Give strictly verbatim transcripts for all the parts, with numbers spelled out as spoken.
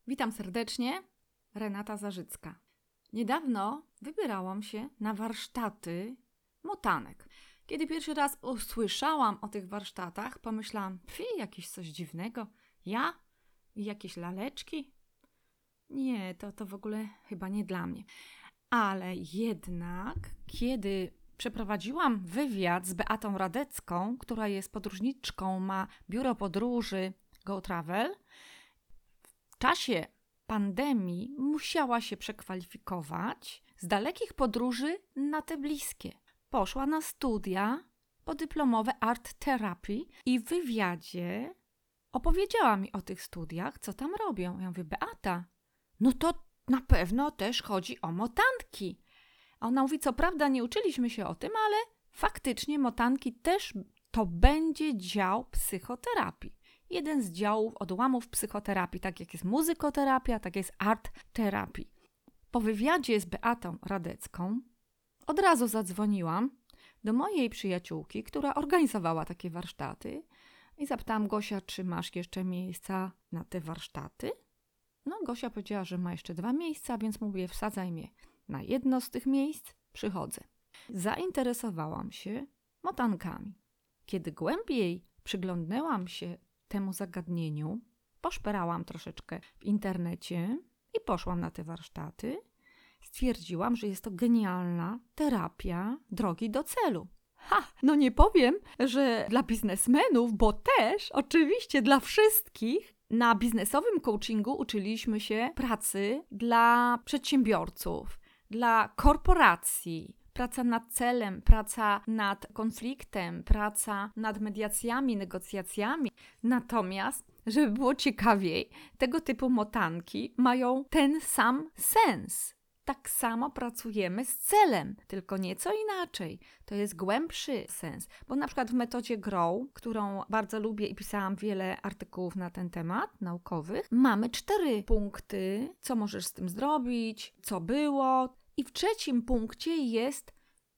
Witam serdecznie, Renata Zarzycka. Niedawno wybierałam się na warsztaty motanek. Kiedy pierwszy raz usłyszałam o tych warsztatach, pomyślałam, pfi, jakieś coś dziwnego. Ja? I jakieś laleczki? Nie, to, to w ogóle chyba nie dla mnie. Ale jednak, kiedy przeprowadziłam wywiad z Beatą Radecką, która jest podróżniczką, ma biuro podróży Go Travel, w czasie pandemii musiała się przekwalifikować z dalekich podróży na te bliskie. Poszła na studia podyplomowe Art Therapy i w wywiadzie opowiedziała mi o tych studiach, co tam robią. Ja mówię, Beata, no to na pewno też chodzi o motanki. A ona mówi, co prawda nie uczyliśmy się o tym, ale faktycznie motanki też to będzie dział psychoterapii. Jeden z działów, odłamów psychoterapii, tak jak jest muzykoterapia, tak jest art terapii. Po wywiadzie z Beatą Radecką od razu zadzwoniłam do mojej przyjaciółki, która organizowała takie warsztaty i zapytałam, Gosia, czy masz jeszcze miejsca na te warsztaty? No, Gosia powiedziała, że ma jeszcze dwa miejsca, więc mówię, wsadzaj mnie na jedno z tych miejsc, przychodzę. Zainteresowałam się motankami. Kiedy głębiej przyglądnęłam się temu zagadnieniu, poszperałam troszeczkę w internecie i poszłam na te warsztaty. Stwierdziłam, że jest to genialna terapia drogi do celu. Ha, no nie powiem, że dla biznesmenów, bo też oczywiście dla wszystkich. Na biznesowym coachingu uczyliśmy się pracy dla przedsiębiorców, dla korporacji, praca nad celem, praca nad konfliktem, praca nad mediacjami, negocjacjami. Natomiast, żeby było ciekawiej, tego typu motanki mają ten sam sens. Tak samo pracujemy z celem, tylko nieco inaczej. To jest głębszy sens, bo na przykład w metodzie Grow, którą bardzo lubię i pisałam wiele artykułów na ten temat naukowych, mamy cztery punkty, co możesz z tym zrobić, co było. I w trzecim punkcie jest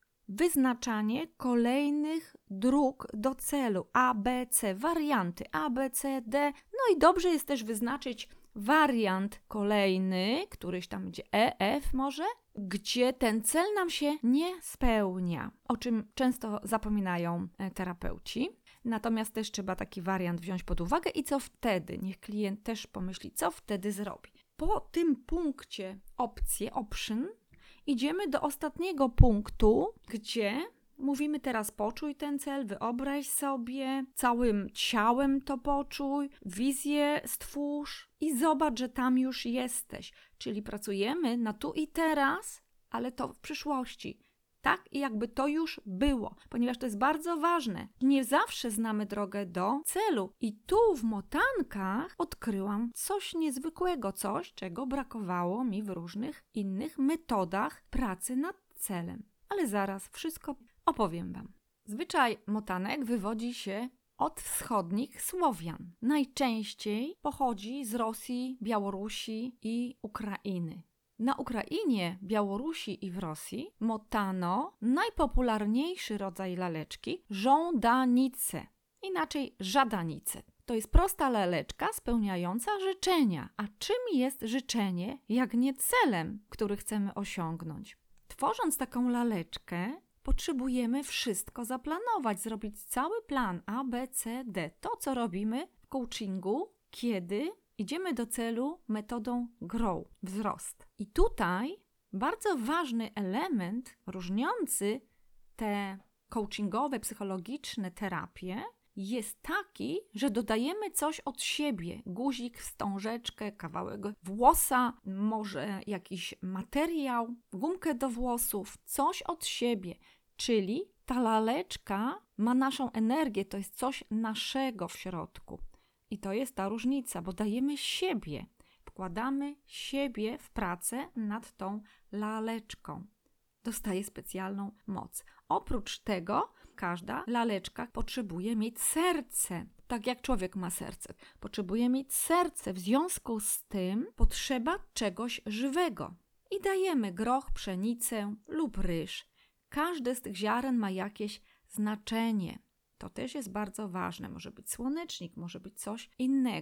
wyznaczanie kolejnych dróg do celu, A, B, C, warianty A, B, C, D. No i dobrze jest też wyznaczyć wariant kolejny, któryś tam będzie E, F może, gdzie ten cel nam się nie spełnia, o czym często zapominają terapeuci. Natomiast też trzeba taki wariant wziąć pod uwagę i co wtedy? Niech klient też pomyśli, co wtedy zrobi. Po tym punkcie opcje, option, idziemy do ostatniego punktu, gdzie mówimy teraz poczuj ten cel, wyobraź sobie, całym ciałem to poczuj, wizję stwórz i zobacz, że tam już jesteś. Czyli pracujemy na tu i teraz, ale to w przyszłości. Tak i jakby to już było, ponieważ to jest bardzo ważne. Nie zawsze znamy drogę do celu. I tu w motankach odkryłam coś niezwykłego, coś, czego brakowało mi w różnych innych metodach pracy nad celem. Ale zaraz wszystko opowiem Wam. Zwyczaj motanek wywodzi się od wschodnich Słowian. Najczęściej pochodzi z Rosji, Białorusi i Ukrainy. Na Ukrainie, Białorusi i w Rosji motano najpopularniejszy rodzaj laleczki żądanice, inaczej żadanice. To jest prosta laleczka spełniająca życzenia. A czym jest życzenie, jak nie celem, który chcemy osiągnąć? Tworząc taką laleczkę, potrzebujemy wszystko zaplanować, zrobić cały plan A, B, C, D. To, co robimy w coachingu, kiedy idziemy do celu metodą Grow, wzrost. I tutaj bardzo ważny element różniący te coachingowe, psychologiczne terapie jest taki, że dodajemy coś od siebie. Guzik, wstążeczkę, kawałek włosa, może jakiś materiał, gumkę do włosów, coś od siebie. Czyli ta laleczka ma naszą energię, to jest coś naszego w środku. I to jest ta różnica, bo dajemy siebie, wkładamy siebie w pracę nad tą laleczką. Dostaje specjalną moc. Oprócz tego każda laleczka potrzebuje mieć serce. Tak jak człowiek ma serce. Potrzebuje mieć serce. W związku z tym potrzeba czegoś żywego. I dajemy groch, pszenicę lub ryż. Każde z tych ziaren ma jakieś znaczenie. To też jest bardzo ważne. Może być słonecznik, może być coś innego.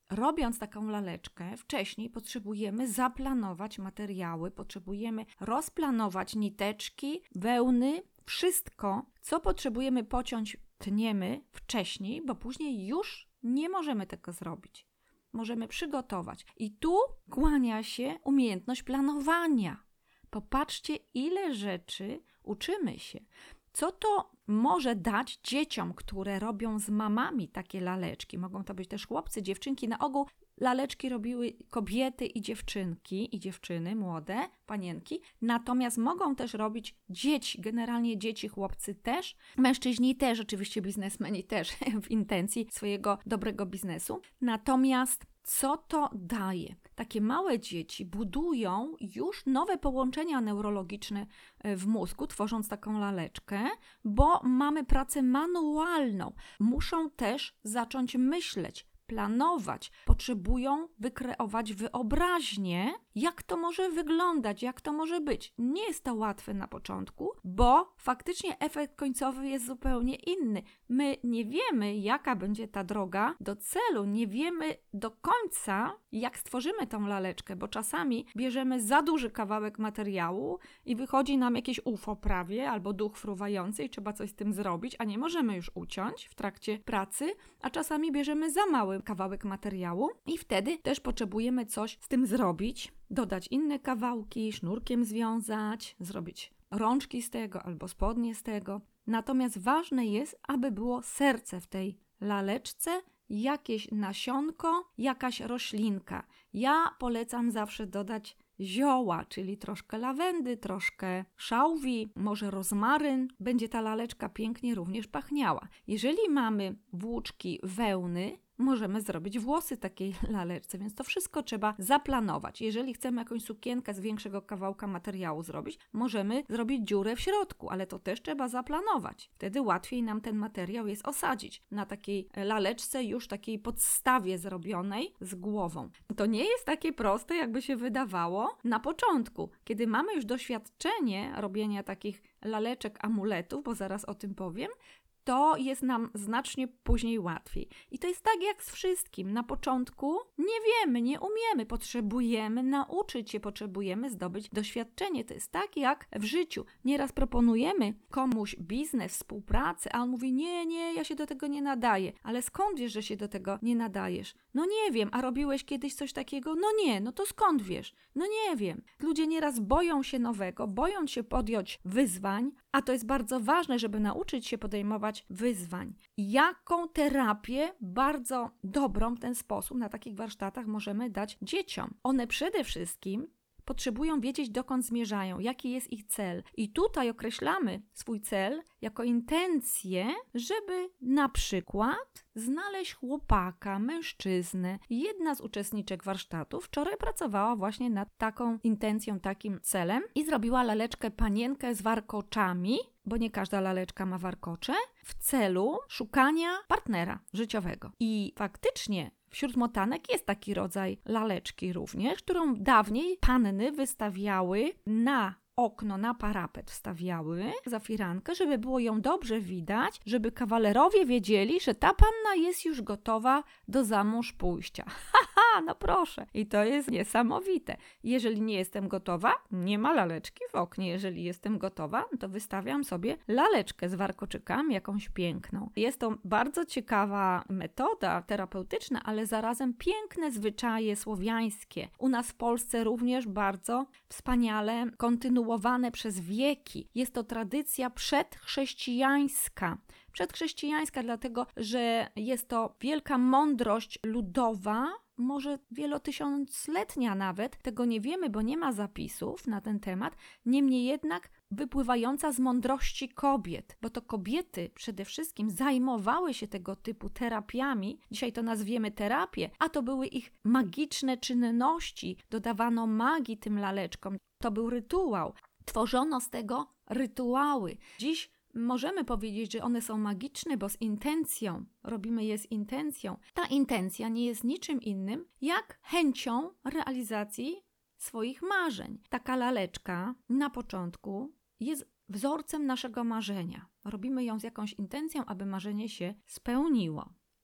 robiąc taką laleczkę, wcześniej potrzebujemy zaplanować materiały, potrzebujemy rozplanować niteczki, wełny, wszystko, co potrzebujemy pociąć, tniemy wcześniej, bo później już nie możemy tego zrobić. Możemy przygotować. I tu kłania się umiejętność planowania. Popatrzcie, ile rzeczy uczymy się. Co to może dać dzieciom, które robią z mamami takie laleczki? Mogą to być też chłopcy, dziewczynki. Na ogół laleczki robiły kobiety i dziewczynki, i dziewczyny, młode, panienki. Natomiast mogą też robić dzieci, generalnie dzieci, chłopcy też. Mężczyźni też, oczywiście biznesmeni też w intencji swojego dobrego biznesu. Natomiast co to daje? Takie małe dzieci budują już nowe połączenia neurologiczne w mózgu, tworząc taką laleczkę, bo mamy pracę manualną. Muszą też zacząć myśleć, planować, potrzebują wykreować wyobraźnię, jak to może wyglądać, jak to może być. Nie jest to łatwe na początku, bo faktycznie efekt końcowy jest zupełnie inny. My nie wiemy, jaka będzie ta droga do celu, nie wiemy do końca, jak stworzymy tą laleczkę, bo czasami bierzemy za duży kawałek materiału i wychodzi nam jakieś U F O prawie, albo duch fruwający i trzeba coś z tym zrobić, a nie możemy już uciąć w trakcie pracy, a czasami bierzemy za mały kawałek materiału i wtedy też potrzebujemy coś z tym zrobić, dodać inne kawałki, sznurkiem związać, zrobić rączki z tego albo spodnie z tego. Natomiast ważne jest, aby było serce w tej laleczce, jakieś nasionko, jakaś roślinka. Ja polecam zawsze dodać zioła, czyli troszkę lawendy, troszkę szałwi, może rozmaryn. Będzie ta laleczka pięknie również pachniała. Jeżeli mamy włóczki wełny, możemy zrobić włosy takiej laleczce, więc to wszystko trzeba zaplanować. Jeżeli chcemy jakąś sukienkę z większego kawałka materiału zrobić, możemy zrobić dziurę w środku, ale to też trzeba zaplanować. Wtedy łatwiej nam ten materiał jest osadzić na takiej laleczce, już takiej podstawie zrobionej z głową. To nie jest takie proste, jakby się wydawało na początku. Kiedy mamy już doświadczenie robienia takich laleczek, amuletów, bo zaraz o tym powiem, to jest nam znacznie później łatwiej. I to jest tak jak z wszystkim. Na początku nie wiemy, nie umiemy, potrzebujemy nauczyć się, potrzebujemy zdobyć doświadczenie. To jest tak jak w życiu. Nieraz proponujemy komuś biznes, współpracę, a on mówi, nie, nie, ja się do tego nie nadaję. Ale skąd wiesz, że się do tego nie nadajesz? No nie wiem, a robiłeś kiedyś coś takiego? No nie, no to skąd wiesz? No nie wiem. Ludzie nieraz boją się nowego, boją się podjąć wyzwań, a to jest bardzo ważne, żeby nauczyć się podejmować wyzwań. Jaką terapię bardzo dobrą w ten sposób na takich warsztatach możemy dać dzieciom? One przede wszystkim potrzebują wiedzieć, dokąd zmierzają, jaki jest ich cel. I tutaj określamy swój cel jako intencję, żeby na przykład znaleźć chłopaka, mężczyznę. Jedna z uczestniczek warsztatu wczoraj pracowała właśnie nad taką intencją, takim celem i zrobiła laleczkę panienkę z warkoczami, bo nie każda laleczka ma warkocze, w celu szukania partnera życiowego. I faktycznie wśród motanek jest taki rodzaj laleczki również, którą dawniej panny wystawiały na okno, na parapet wstawiały za firankę, żeby było ją dobrze widać, żeby kawalerowie wiedzieli, że ta panna jest już gotowa do zamąż pójścia. Haha, no proszę. I to jest niesamowite. Jeżeli nie jestem gotowa, nie ma laleczki w oknie. Jeżeli jestem gotowa, to wystawiam sobie laleczkę z warkoczykami, jakąś piękną. Jest to bardzo ciekawa metoda terapeutyczna, ale zarazem piękne zwyczaje słowiańskie. U nas w Polsce również bardzo wspaniale kontynuowane przez wieki. Jest to tradycja przedchrześcijańska. Przedchrześcijańska dlatego, że jest to wielka mądrość ludowa, może wielotysiącletnia nawet, tego nie wiemy, bo nie ma zapisów na ten temat, niemniej jednak wypływająca z mądrości kobiet, bo to kobiety przede wszystkim zajmowały się tego typu terapiami, dzisiaj to nazwiemy terapię, a to były ich magiczne czynności, dodawano magii tym laleczkom, to był rytuał, tworzono z tego rytuały. Dziś możemy powiedzieć, że one są magiczne, bo z intencją, robimy je z intencją. Ta intencja nie jest niczym innym, jak chęcią realizacji swoich marzeń. Taka laleczka na początku jest wzorcem naszego marzenia. Robimy ją z jakąś intencją, aby marzenie się spełniło.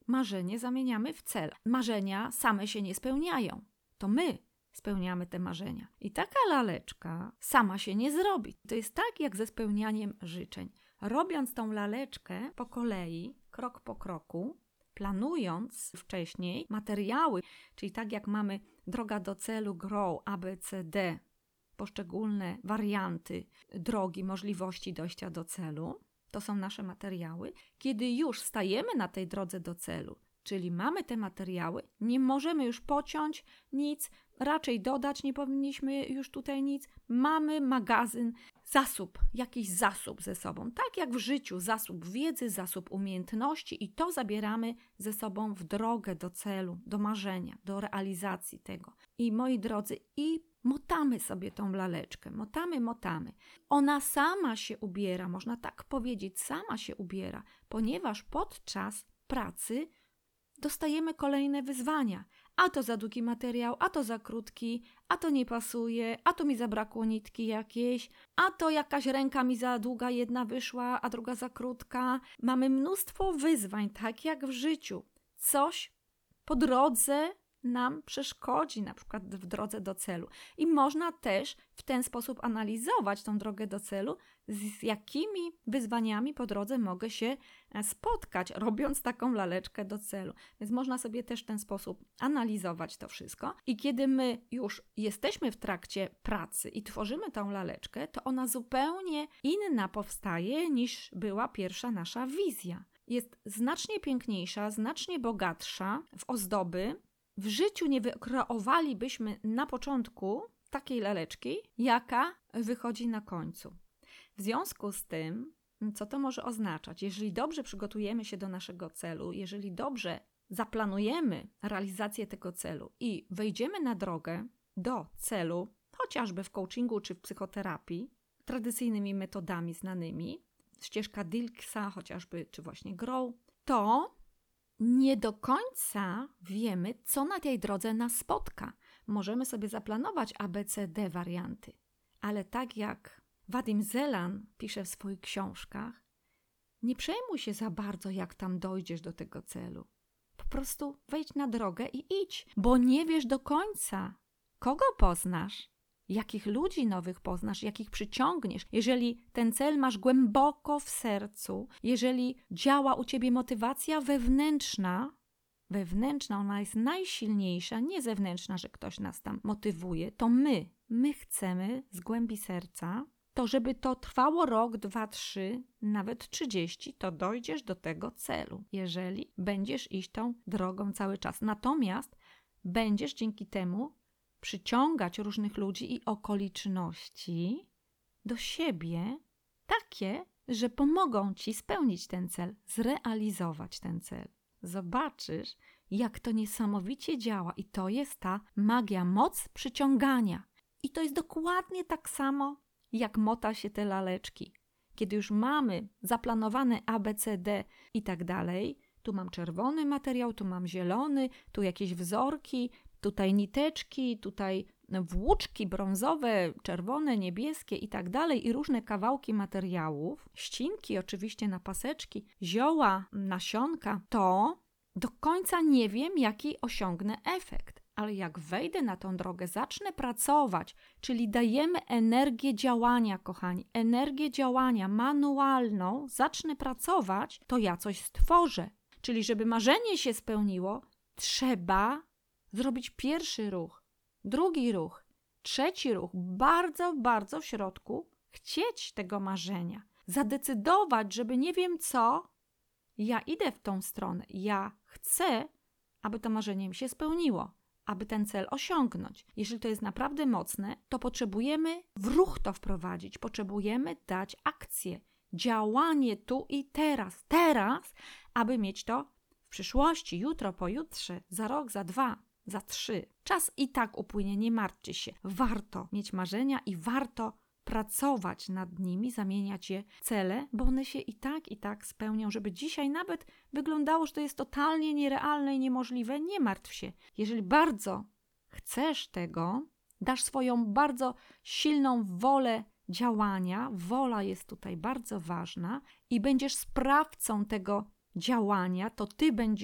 marzenie zamieniamy w cel. Marzenia same się nie spełniają. To my spełniamy te marzenia. I taka laleczka sama się nie zrobi. To jest tak jak ze spełnianiem życzeń. Robiąc tą laleczkę po kolei, krok po kroku, planując wcześniej materiały, czyli tak jak mamy droga do celu, grow, A, B, C, D, poszczególne warianty drogi, możliwości dojścia do celu, to są nasze materiały. Kiedy już stajemy na tej drodze do celu, czyli mamy te materiały, nie możemy już pociąć nic, raczej dodać nie powinniśmy już tutaj nic. Mamy magazyn, zasób, jakiś zasób ze sobą. Tak jak w życiu, zasób wiedzy, zasób umiejętności i to zabieramy ze sobą w drogę do celu, do marzenia, do realizacji tego. I moi drodzy, i motamy sobie tą laleczkę, motamy, motamy. Ona sama się ubiera, można tak powiedzieć, sama się ubiera, ponieważ podczas pracy dostajemy kolejne wyzwania. A to za długi materiał, a to za krótki, a to nie pasuje, a to mi zabrakło nitki jakiejś, a to jakaś ręka mi za długa jedna wyszła, a druga za krótka. Mamy mnóstwo wyzwań, tak jak w życiu. Coś po drodze nam przeszkodzi, na przykład w drodze do celu. I można też w ten sposób analizować tą drogę do celu, z jakimi wyzwaniami po drodze mogę się spotkać, robiąc taką laleczkę do celu. Więc można sobie też w ten sposób analizować to wszystko. I kiedy my już jesteśmy w trakcie pracy i tworzymy tą laleczkę, to ona zupełnie inna powstaje niż była pierwsza nasza wizja. Jest znacznie piękniejsza, znacznie bogatsza w ozdoby. W życiu nie wykreowalibyśmy na początku takiej laleczki, jaka wychodzi na końcu. W związku z tym, co to może oznaczać? Jeżeli dobrze przygotujemy się do naszego celu, jeżeli dobrze zaplanujemy realizację tego celu i wejdziemy na drogę do celu, chociażby w coachingu czy w psychoterapii, tradycyjnymi metodami znanymi, ścieżka Dilksa chociażby, czy właśnie Grow, to nie do końca wiemy, co na tej drodze nas spotka. Możemy sobie zaplanować A, B, C, D warianty, ale tak jak Vadim Zeland pisze w swoich książkach, nie przejmuj się za bardzo, jak tam dojdziesz do tego celu. Po prostu wejdź na drogę i idź, bo nie wiesz do końca, kogo poznasz, jakich ludzi nowych poznasz, jakich przyciągniesz. Jeżeli ten cel masz głęboko w sercu, jeżeli działa u ciebie motywacja wewnętrzna, wewnętrzna, ona jest najsilniejsza, nie zewnętrzna, że ktoś nas tam motywuje, to my, my chcemy z głębi serca, to żeby to trwało rok, dwa, trzy, nawet trzydzieści, to dojdziesz do tego celu, jeżeli będziesz iść tą drogą cały czas. Natomiast będziesz dzięki temu przyciągać różnych ludzi i okoliczności do siebie takie, że pomogą ci spełnić ten cel, zrealizować ten cel. Zobaczysz, jak to niesamowicie działa i to jest ta magia, moc przyciągania. I to jest dokładnie tak samo, jak mota się te laleczki. Kiedy już mamy zaplanowane A, B, C, D i tak dalej, tu mam czerwony materiał, tu mam zielony, tu jakieś wzorki, tutaj niteczki, tutaj włóczki brązowe, czerwone, niebieskie i tak dalej i różne kawałki materiałów, ścinki oczywiście na paseczki, zioła, nasionka, to do końca nie wiem, jaki osiągnę efekt. Ale jak wejdę na tą drogę, zacznę pracować, czyli dajemy energię działania, kochani, energię działania manualną, zacznę pracować, to ja coś stworzę. Czyli żeby marzenie się spełniło, trzeba zrobić pierwszy ruch, drugi ruch, trzeci ruch, bardzo, bardzo w środku chcieć tego marzenia. Zadecydować, żeby nie wiem co, ja idę w tą stronę, ja chcę, aby to marzenie mi się spełniło, aby ten cel osiągnąć. Jeżeli to jest naprawdę mocne, to potrzebujemy w ruch to wprowadzić, potrzebujemy dać akcję, działanie tu i teraz, teraz, aby mieć to w przyszłości, jutro, pojutrze, za rok, za dwa, za trzy. Czas i tak upłynie, nie martwcie się. Warto mieć marzenia i warto pracować nad nimi, zamieniać je w cele, bo one się i tak, i tak spełnią, żeby dzisiaj nawet wyglądało, że to jest totalnie nierealne i niemożliwe. Nie martw się. Jeżeli bardzo chcesz tego, dasz swoją bardzo silną wolę działania, wola jest tutaj bardzo ważna i będziesz sprawcą tego działania, to ty będziesz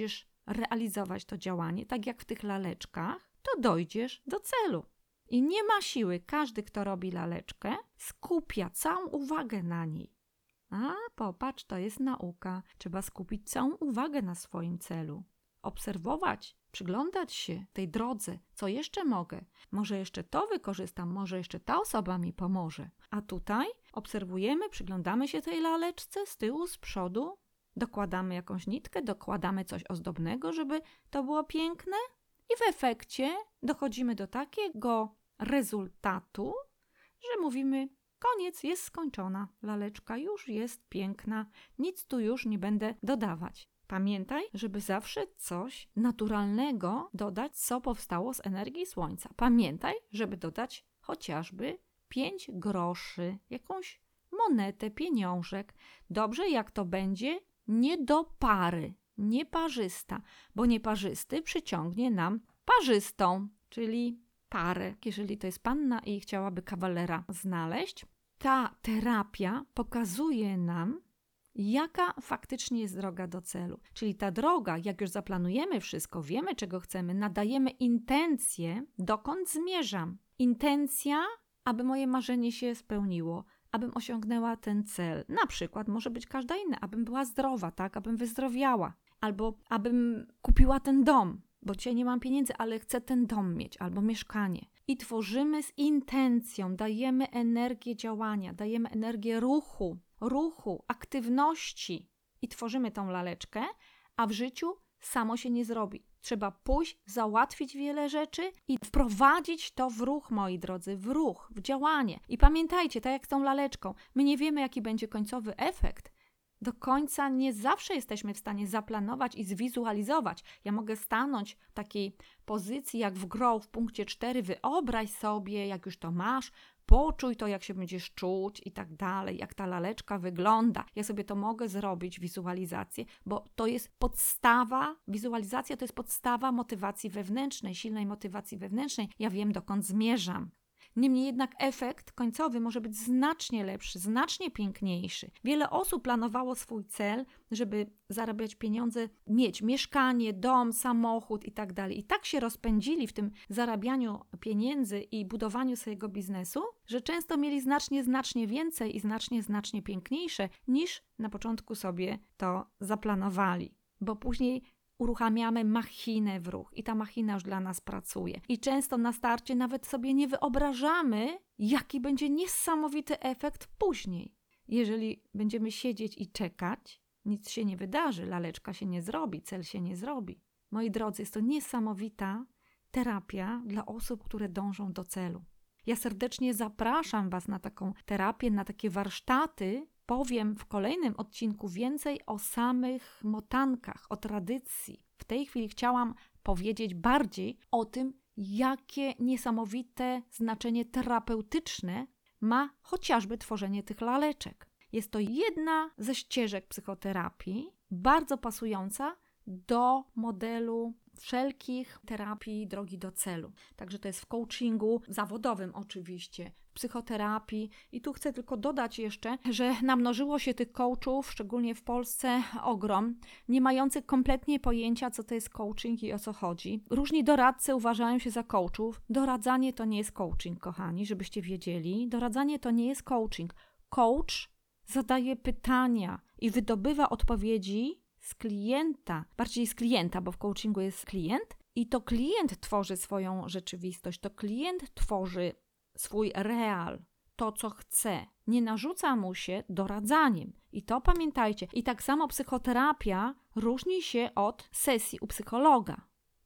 realizować to działanie, tak jak w tych laleczkach, to dojdziesz do celu. I nie ma siły. Każdy, kto robi laleczkę, skupia całą uwagę na niej. A popatrz, to jest nauka. Trzeba skupić całą uwagę na swoim celu. Obserwować, przyglądać się tej drodze. Co jeszcze mogę? Może jeszcze to wykorzystam, może jeszcze ta osoba mi pomoże. A tutaj obserwujemy, przyglądamy się tej laleczce z tyłu, z przodu. Dokładamy jakąś nitkę, dokładamy coś ozdobnego, żeby to było piękne. I w efekcie dochodzimy do takiego rezultatu, że mówimy: koniec, jest skończona. Laleczka już jest piękna. Nic tu już nie będę dodawać. Pamiętaj, żeby zawsze coś naturalnego dodać, co powstało z energii słońca. Pamiętaj, żeby dodać chociażby pięć groszy, jakąś monetę, pieniążek. Dobrze, jak to będzie nie do pary, nieparzysta, bo nieparzysty przyciągnie nam parzystą, czyli parę. Jeżeli to jest panna i chciałaby kawalera znaleźć, ta terapia pokazuje nam, jaka faktycznie jest droga do celu. Czyli ta droga, jak już zaplanujemy wszystko, wiemy, czego chcemy, nadajemy intencję, dokąd zmierzam. Intencja, aby moje marzenie się spełniło, abym osiągnęła ten cel. Na przykład może być każda inna, abym była zdrowa, tak, abym wyzdrowiała, albo abym kupiła ten dom, bo dzisiaj nie mam pieniędzy, ale chcę ten dom mieć, albo mieszkanie. I tworzymy z intencją, dajemy energię działania, dajemy energię ruchu, ruchu, aktywności i tworzymy tą laleczkę, a w życiu samo się nie zrobi. Trzeba pójść, załatwić wiele rzeczy i wprowadzić to w ruch, moi drodzy, w ruch, w działanie. I pamiętajcie, tak jak z tą laleczką, my nie wiemy, jaki będzie końcowy efekt. Do końca nie zawsze jesteśmy w stanie zaplanować i zwizualizować. Ja mogę stanąć w takiej pozycji jak w Grow w punkcie cztery, wyobraź sobie, jak już to masz, poczuj to, jak się będziesz czuć i tak dalej, jak ta laleczka wygląda. Ja sobie to mogę zrobić, wizualizację, bo to jest podstawa, wizualizacja to jest podstawa motywacji wewnętrznej, silnej motywacji wewnętrznej. Ja wiem, dokąd zmierzam. Niemniej jednak efekt końcowy może być znacznie lepszy, znacznie piękniejszy. Wiele osób planowało swój cel, żeby zarabiać pieniądze, mieć mieszkanie, dom, samochód i tak dalej. I tak się rozpędzili w tym zarabianiu pieniędzy i budowaniu swojego biznesu, że często mieli znacznie, znacznie więcej i znacznie, znacznie piękniejsze niż na początku sobie to zaplanowali. Bo później uruchamiamy machinę w ruch i ta machina już dla nas pracuje. I często na starcie nawet sobie nie wyobrażamy, jaki będzie niesamowity efekt później. Jeżeli będziemy siedzieć i czekać, nic się nie wydarzy, laleczka się nie zrobi, cel się nie zrobi. Moi drodzy, jest to niesamowita terapia dla osób, które dążą do celu. Ja serdecznie zapraszam Was na taką terapię, na takie warsztaty. Powiem w kolejnym odcinku więcej o samych motankach, o tradycji. W tej chwili chciałam powiedzieć bardziej o tym, jakie niesamowite znaczenie terapeutyczne ma chociażby tworzenie tych laleczek. Jest to jedna ze ścieżek psychoterapii, bardzo pasująca do modelu wszelkich terapii drogi do celu. Także to jest w coachingu zawodowym oczywiście, w psychoterapii. I tu chcę tylko dodać jeszcze, że namnożyło się tych coachów, szczególnie w Polsce, ogrom, nie mających kompletnie pojęcia, co to jest coaching i o co chodzi. Różni doradcy uważają się za coachów. Doradzanie to nie jest coaching, kochani, żebyście wiedzieli. Doradzanie to nie jest coaching. Coach zadaje pytania i wydobywa odpowiedzi z klienta, bardziej z klienta, bo w coachingu jest klient i to klient tworzy swoją rzeczywistość, to klient tworzy swój real, to co chce. Nie narzuca mu się doradzaniem. I to pamiętajcie. I tak samo psychoterapia różni się od sesji u psychologa.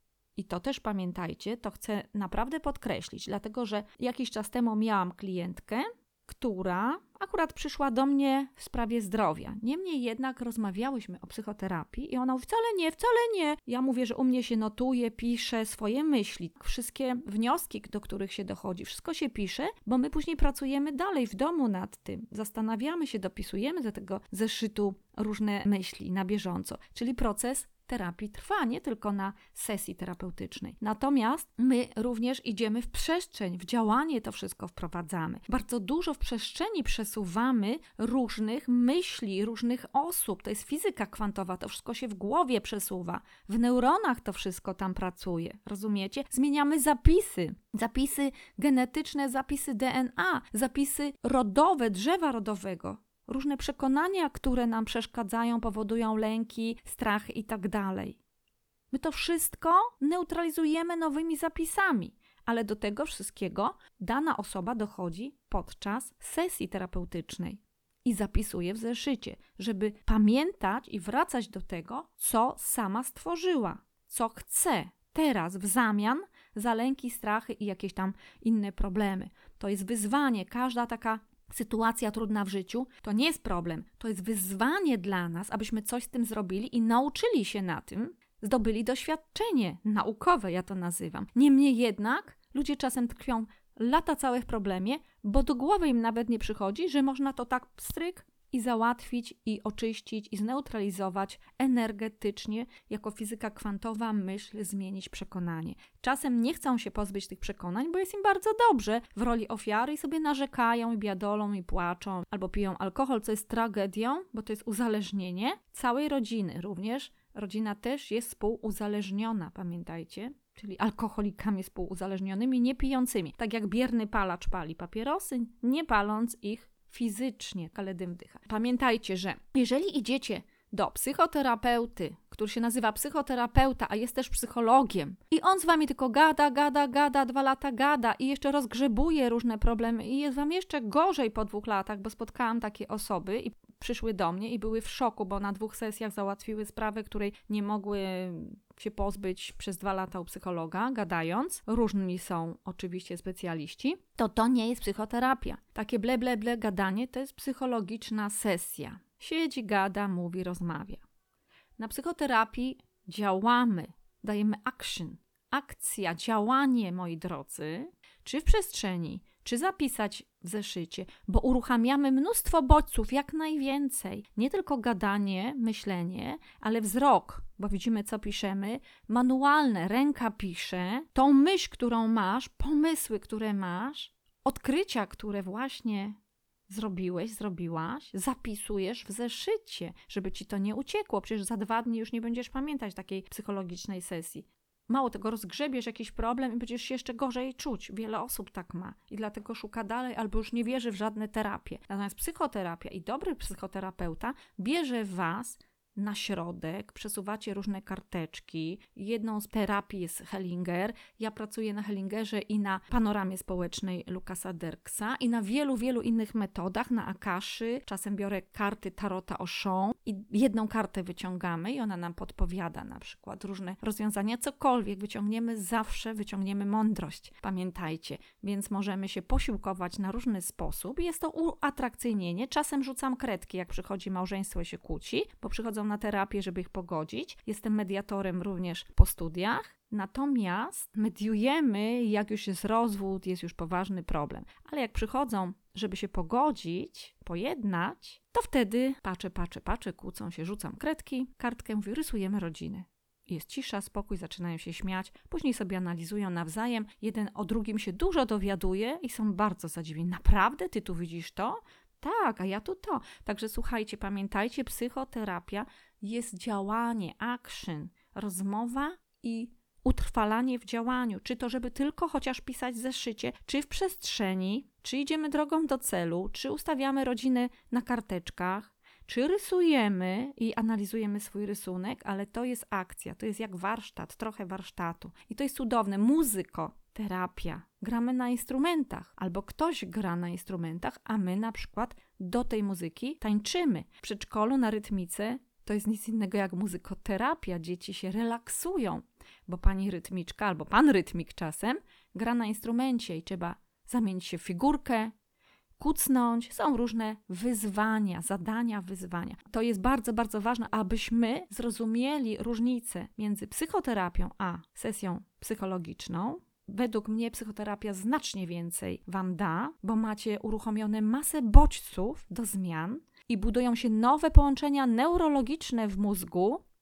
I to też pamiętajcie, to chcę naprawdę podkreślić, dlatego że jakiś czas temu miałam klientkę, która akurat przyszła do mnie w sprawie zdrowia. Niemniej jednak rozmawiałyśmy o psychoterapii i ona mówi, wcale nie, wcale nie. Ja mówię, że u mnie się notuje, pisze swoje myśli, wszystkie wnioski, do których się dochodzi, wszystko się pisze, bo my później pracujemy dalej w domu nad tym. Zastanawiamy się, dopisujemy do tego zeszytu różne myśli na bieżąco, czyli proces terapii trwa, nie tylko na sesji terapeutycznej. Natomiast my również idziemy w przestrzeń, w działanie to wszystko wprowadzamy. Bardzo dużo w przestrzeni przesuwamy różnych myśli, różnych osób. To jest fizyka kwantowa, to wszystko się w głowie przesuwa. W neuronach to wszystko tam pracuje, rozumiecie? Zmieniamy zapisy, zapisy genetyczne, zapisy D N A, zapisy rodowe, drzewa rodowego. Różne przekonania, które nam przeszkadzają, powodują lęki, strach i tak dalej. My to wszystko neutralizujemy nowymi zapisami, ale do tego wszystkiego dana osoba dochodzi podczas sesji terapeutycznej i zapisuje w zeszycie, żeby pamiętać i wracać do tego, co sama stworzyła, co chce teraz w zamian za lęki, strachy i jakieś tam inne problemy. To jest wyzwanie, każda taka sytuacja trudna w życiu, to nie jest problem, to jest wyzwanie dla nas, abyśmy coś z tym zrobili i nauczyli się na tym, zdobyli doświadczenie naukowe, ja to nazywam. Niemniej jednak ludzie czasem tkwią lata całe w problemie, bo do głowy im nawet nie przychodzi, że można to tak stryk i załatwić, i oczyścić, i zneutralizować energetycznie, jako fizyka kwantowa myśl, zmienić przekonanie. Czasem nie chcą się pozbyć tych przekonań, bo jest im bardzo dobrze w roli ofiary i sobie narzekają, i biadolą, i płaczą, albo piją alkohol, co jest tragedią, bo to jest uzależnienie całej rodziny. Również rodzina też jest współuzależniona, pamiętajcie. Czyli alkoholikami współuzależnionymi, nie pijącymi. Tak jak bierny palacz pali papierosy, nie paląc ich fizycznie, ale dym wdycha. Pamiętajcie, że jeżeli idziecie do psychoterapeuty, który się nazywa psychoterapeuta, a jest też psychologiem i on z wami tylko gada, gada, gada, dwa lata gada i jeszcze rozgrzebuje różne problemy i jest wam jeszcze gorzej po dwóch latach, bo spotkałam takie osoby i przyszły do mnie i były w szoku, bo na dwóch sesjach załatwiły sprawę, której nie mogły się pozbyć przez dwa lata u psychologa, gadając. Różni są oczywiście specjaliści. To to nie jest psychoterapia. Takie ble, ble, ble gadanie to jest psychologiczna sesja. Siedzi, gada, mówi, rozmawia. Na psychoterapii działamy, dajemy action. Akcja, działanie, moi drodzy, czy w przestrzeni, czy zapisać w zeszycie, bo uruchamiamy mnóstwo bodźców, jak najwięcej. Nie tylko gadanie, myślenie, ale wzrok, bo widzimy, co piszemy, manualne, ręka pisze, tą myśl, którą masz, pomysły, które masz, odkrycia, które właśnie zrobiłeś, zrobiłaś, zapisujesz w zeszycie, żeby ci to nie uciekło. Przecież za dwa dni już nie będziesz pamiętać takiej psychologicznej sesji. Mało tego, rozgrzebiesz jakiś problem i będziesz się jeszcze gorzej czuć. Wiele osób tak ma i dlatego szuka dalej albo już nie wierzy w żadne terapie. Natomiast psychoterapia i dobry psychoterapeuta bierze was na środek, przesuwacie różne karteczki. Jedną z terapii jest Hellinger. Ja pracuję na Hellingerze i na panoramie społecznej Lucasa Derksa i na wielu, wielu innych metodach, na Akaszy. Czasem biorę karty Tarota Oshun i jedną kartę wyciągamy i ona nam podpowiada na przykład różne rozwiązania. Cokolwiek wyciągniemy, zawsze wyciągniemy mądrość. Pamiętajcie, więc możemy się posiłkować na różny sposób. Jest to uatrakcyjnienie. Czasem rzucam kredki, jak przychodzi małżeństwo i się kłóci, bo przychodzą na terapię, żeby ich pogodzić. Jestem mediatorem również po studiach. Natomiast mediujemy, jak już jest rozwód, jest już poważny problem. Ale jak przychodzą, żeby się pogodzić, pojednać, to wtedy patrzę, patrzę, patrzę, kłócą się, rzucam kredki, kartkę, mówię, rysujemy rodziny. Jest cisza, spokój, zaczynają się śmiać, później sobie analizują nawzajem, jeden o drugim się dużo dowiaduje i są bardzo zadziwieni. Naprawdę? Ty tu widzisz to? Tak, a ja tu to. Także słuchajcie, pamiętajcie, psychoterapia jest działanie, action, rozmowa i utrwalanie w działaniu. Czy to, żeby tylko chociaż pisać w zeszycie, czy w przestrzeni, czy idziemy drogą do celu, czy ustawiamy rodzinę na karteczkach, czy rysujemy i analizujemy swój rysunek, ale to jest akcja, to jest jak warsztat, trochę warsztatu. I to jest cudowne. Muzyko, terapia. Gramy na instrumentach, albo ktoś gra na instrumentach, a my na przykład do tej muzyki tańczymy. W przedszkolu na rytmice to jest nic innego jak muzykoterapia. Dzieci się relaksują, bo pani rytmiczka albo pan rytmik czasem gra na instrumencie i trzeba zamienić się w figurkę, kucnąć. Są różne wyzwania, zadania, wyzwania. To jest bardzo, bardzo ważne, abyśmy zrozumieli różnicę między psychoterapią a sesją psychologiczną. Według mnie psychoterapia znacznie więcej wam da, bo macie uruchomione masę bodźców do zmian i budują się nowe połączenia neurologiczne w mózgu,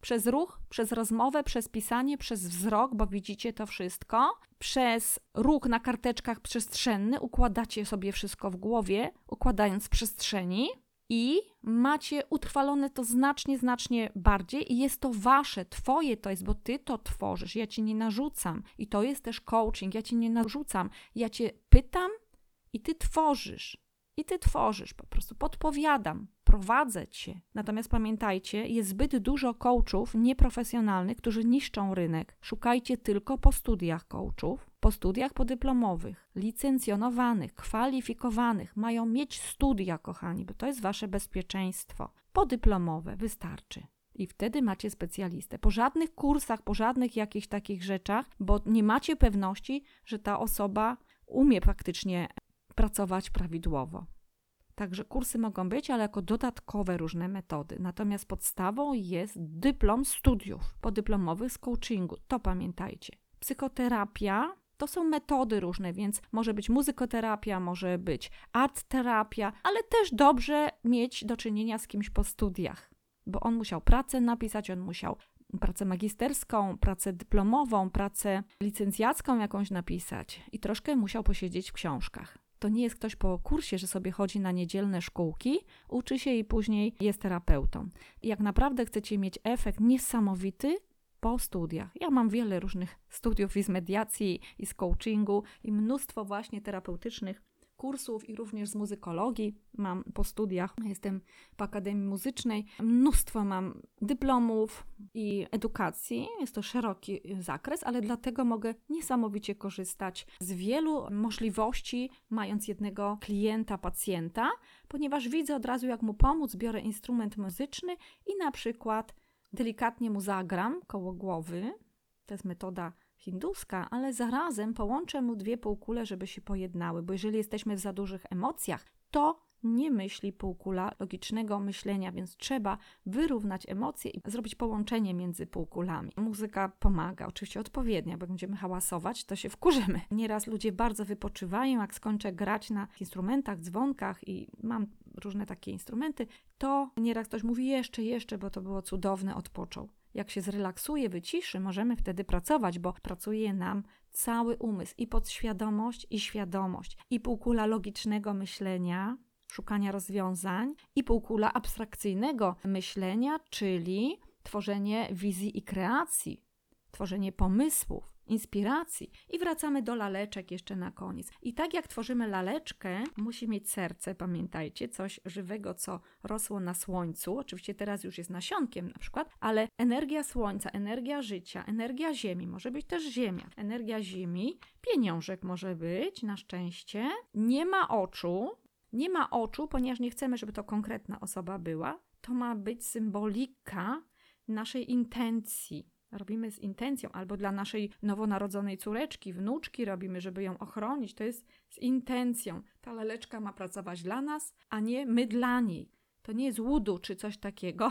Przez ruch, przez rozmowę, przez pisanie, przez wzrok, bo widzicie to wszystko, przez ruch na karteczkach przestrzenny, układacie sobie wszystko w głowie, układając w przestrzeni i macie utrwalone to znacznie, znacznie bardziej i jest to wasze, twoje to jest, bo ty to tworzysz, ja ci nie narzucam i to jest też coaching, ja ci nie narzucam, ja cię pytam i ty tworzysz. I ty tworzysz, po prostu podpowiadam, prowadzę cię. Natomiast pamiętajcie, jest zbyt dużo coachów nieprofesjonalnych, którzy niszczą rynek. Szukajcie tylko po studiach coachów, po studiach podyplomowych, licencjonowanych, kwalifikowanych. Mają mieć studia, kochani, bo to jest wasze bezpieczeństwo. Podyplomowe wystarczy. I wtedy macie specjalistę. Po żadnych kursach, po żadnych jakichś takich rzeczach, bo nie macie pewności, że ta osoba umie faktycznie pracować prawidłowo. Także kursy mogą być, ale jako dodatkowe różne metody. Natomiast podstawą jest dyplom studiów podyplomowych z coachingu. To pamiętajcie. Psychoterapia to są metody różne, więc może być muzykoterapia, może być art-terapia, ale też dobrze mieć do czynienia z kimś po studiach, bo on musiał pracę napisać, on musiał pracę magisterską, pracę dyplomową, pracę licencjacką jakąś napisać i troszkę musiał posiedzieć w książkach. To nie jest ktoś po kursie, że sobie chodzi na niedzielne szkółki, uczy się i później jest terapeutą. I jak naprawdę chcecie mieć efekt niesamowity po studiach. Ja mam wiele różnych studiów i z mediacji, i z coachingu, i mnóstwo właśnie terapeutycznych kursów i również z muzykologii mam po studiach. Jestem po Akademii Muzycznej. Mnóstwo mam dyplomów i edukacji. Jest to szeroki zakres, ale dlatego mogę niesamowicie korzystać z wielu możliwości, mając jednego klienta, pacjenta, ponieważ widzę od razu, jak mu pomóc. Biorę instrument muzyczny i na przykład delikatnie mu zagram koło głowy. To jest metoda hinduska, ale zarazem połączę mu dwie półkule, żeby się pojednały, bo jeżeli jesteśmy w za dużych emocjach, to nie myśli półkula logicznego myślenia, więc trzeba wyrównać emocje i zrobić połączenie między półkulami. Muzyka pomaga, oczywiście odpowiednia, bo jak będziemy hałasować, to się wkurzymy. Nieraz ludzie bardzo wypoczywają, jak skończę grać na instrumentach, dzwonkach i mam różne takie instrumenty, to nieraz ktoś mówi jeszcze, jeszcze, bo to było cudowne, odpoczął. Jak się zrelaksuje, wyciszy, możemy wtedy pracować, bo pracuje nam cały umysł i podświadomość, i świadomość, i półkula logicznego myślenia, szukania rozwiązań, i półkula abstrakcyjnego myślenia, czyli tworzenie wizji i kreacji, tworzenie pomysłów, inspiracji. I wracamy do laleczek jeszcze na koniec. I tak jak tworzymy laleczkę, musi mieć serce, pamiętajcie, coś żywego, co rosło na słońcu. Oczywiście teraz już jest nasionkiem na przykład, ale energia słońca, energia życia, energia ziemi, może być też ziemia. Energia ziemi, pieniążek może być, na szczęście. Nie ma oczu, nie ma oczu, ponieważ nie chcemy, żeby to konkretna osoba była. To ma być symbolika naszej intencji. Robimy z intencją, albo dla naszej nowonarodzonej córeczki, wnuczki robimy, żeby ją ochronić. To jest z intencją. Ta laleczka ma pracować dla nas, a nie my dla niej. To nie jest łudu czy coś takiego,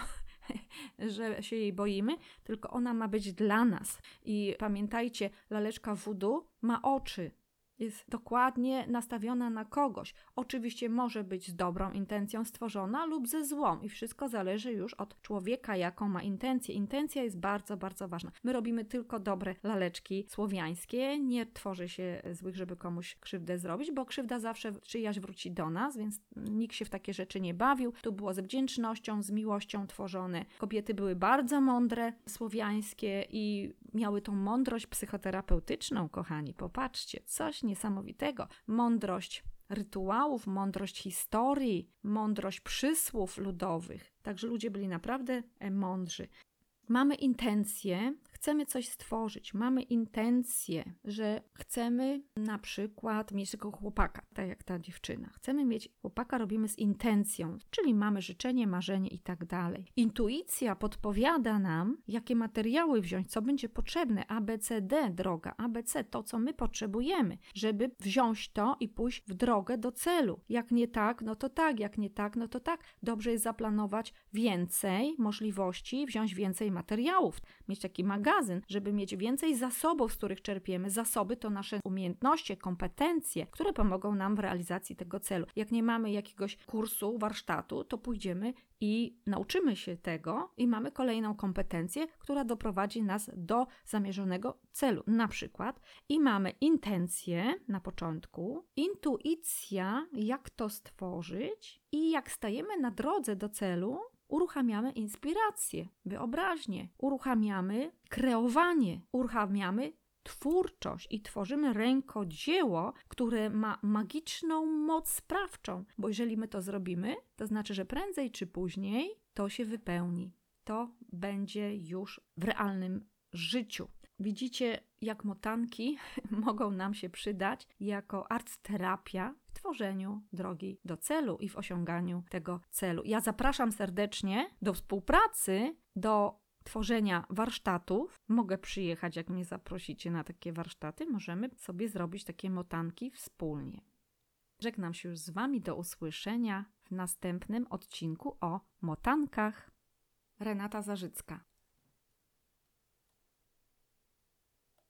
że się jej boimy, tylko ona ma być dla nas. I pamiętajcie, laleczka voodoo ma oczy. Jest dokładnie nastawiona na kogoś. Oczywiście może być z dobrą intencją stworzona lub ze złą i wszystko zależy już od człowieka, jaką ma intencję. Intencja jest bardzo, bardzo ważna. My robimy tylko dobre laleczki słowiańskie, nie tworzy się złych, żeby komuś krzywdę zrobić, bo krzywda zawsze czyjaś wróci do nas, więc nikt się w takie rzeczy nie bawił. Tu było z wdzięcznością, z miłością tworzone. Kobiety były bardzo mądre, słowiańskie i miały tą mądrość psychoterapeutyczną, kochani. Popatrzcie, coś niesamowitego. Mądrość rytuałów, mądrość historii, mądrość przysłów ludowych. Także ludzie byli naprawdę mądrzy. Mamy intencję, chcemy coś stworzyć, mamy intencję, że chcemy na przykład mieć tego chłopaka, tak jak ta dziewczyna. Chcemy mieć chłopaka, robimy z intencją, czyli mamy życzenie, marzenie i tak dalej. Intuicja podpowiada nam, jakie materiały wziąć, co będzie potrzebne, A, B, C, D, droga, A, B, C, to co my potrzebujemy, żeby wziąć to i pójść w drogę do celu. Jak nie tak, no to tak, jak nie tak, no to tak. Dobrze jest zaplanować więcej możliwości, wziąć więcej materiałów, mieć taki magazyn, magazyn, żeby mieć więcej zasobów, z których czerpiemy. Zasoby to nasze umiejętności, kompetencje, które pomogą nam w realizacji tego celu. Jak nie mamy jakiegoś kursu, warsztatu, to pójdziemy i nauczymy się tego i mamy kolejną kompetencję, która doprowadzi nas do zamierzonego celu. Na przykład i mamy intencję na początku, intuicja, jak to stworzyć i jak stajemy na drodze do celu, uruchamiamy inspirację, wyobraźnię, uruchamiamy kreowanie, uruchamiamy twórczość i tworzymy rękodzieło, które ma magiczną moc sprawczą, bo jeżeli my to zrobimy, to znaczy, że prędzej czy później to się wypełni. To będzie już w realnym życiu. Widzicie, jak motanki mogą nam się przydać jako arcyterapia w tworzeniu drogi do celu i w osiąganiu tego celu. Ja zapraszam serdecznie do współpracy, do tworzenia warsztatów. Mogę przyjechać, jak mnie zaprosicie na takie warsztaty. Możemy sobie zrobić takie motanki wspólnie. Żegnam się już z Wami. Do usłyszenia w następnym odcinku o motankach. Renata Zarzycka.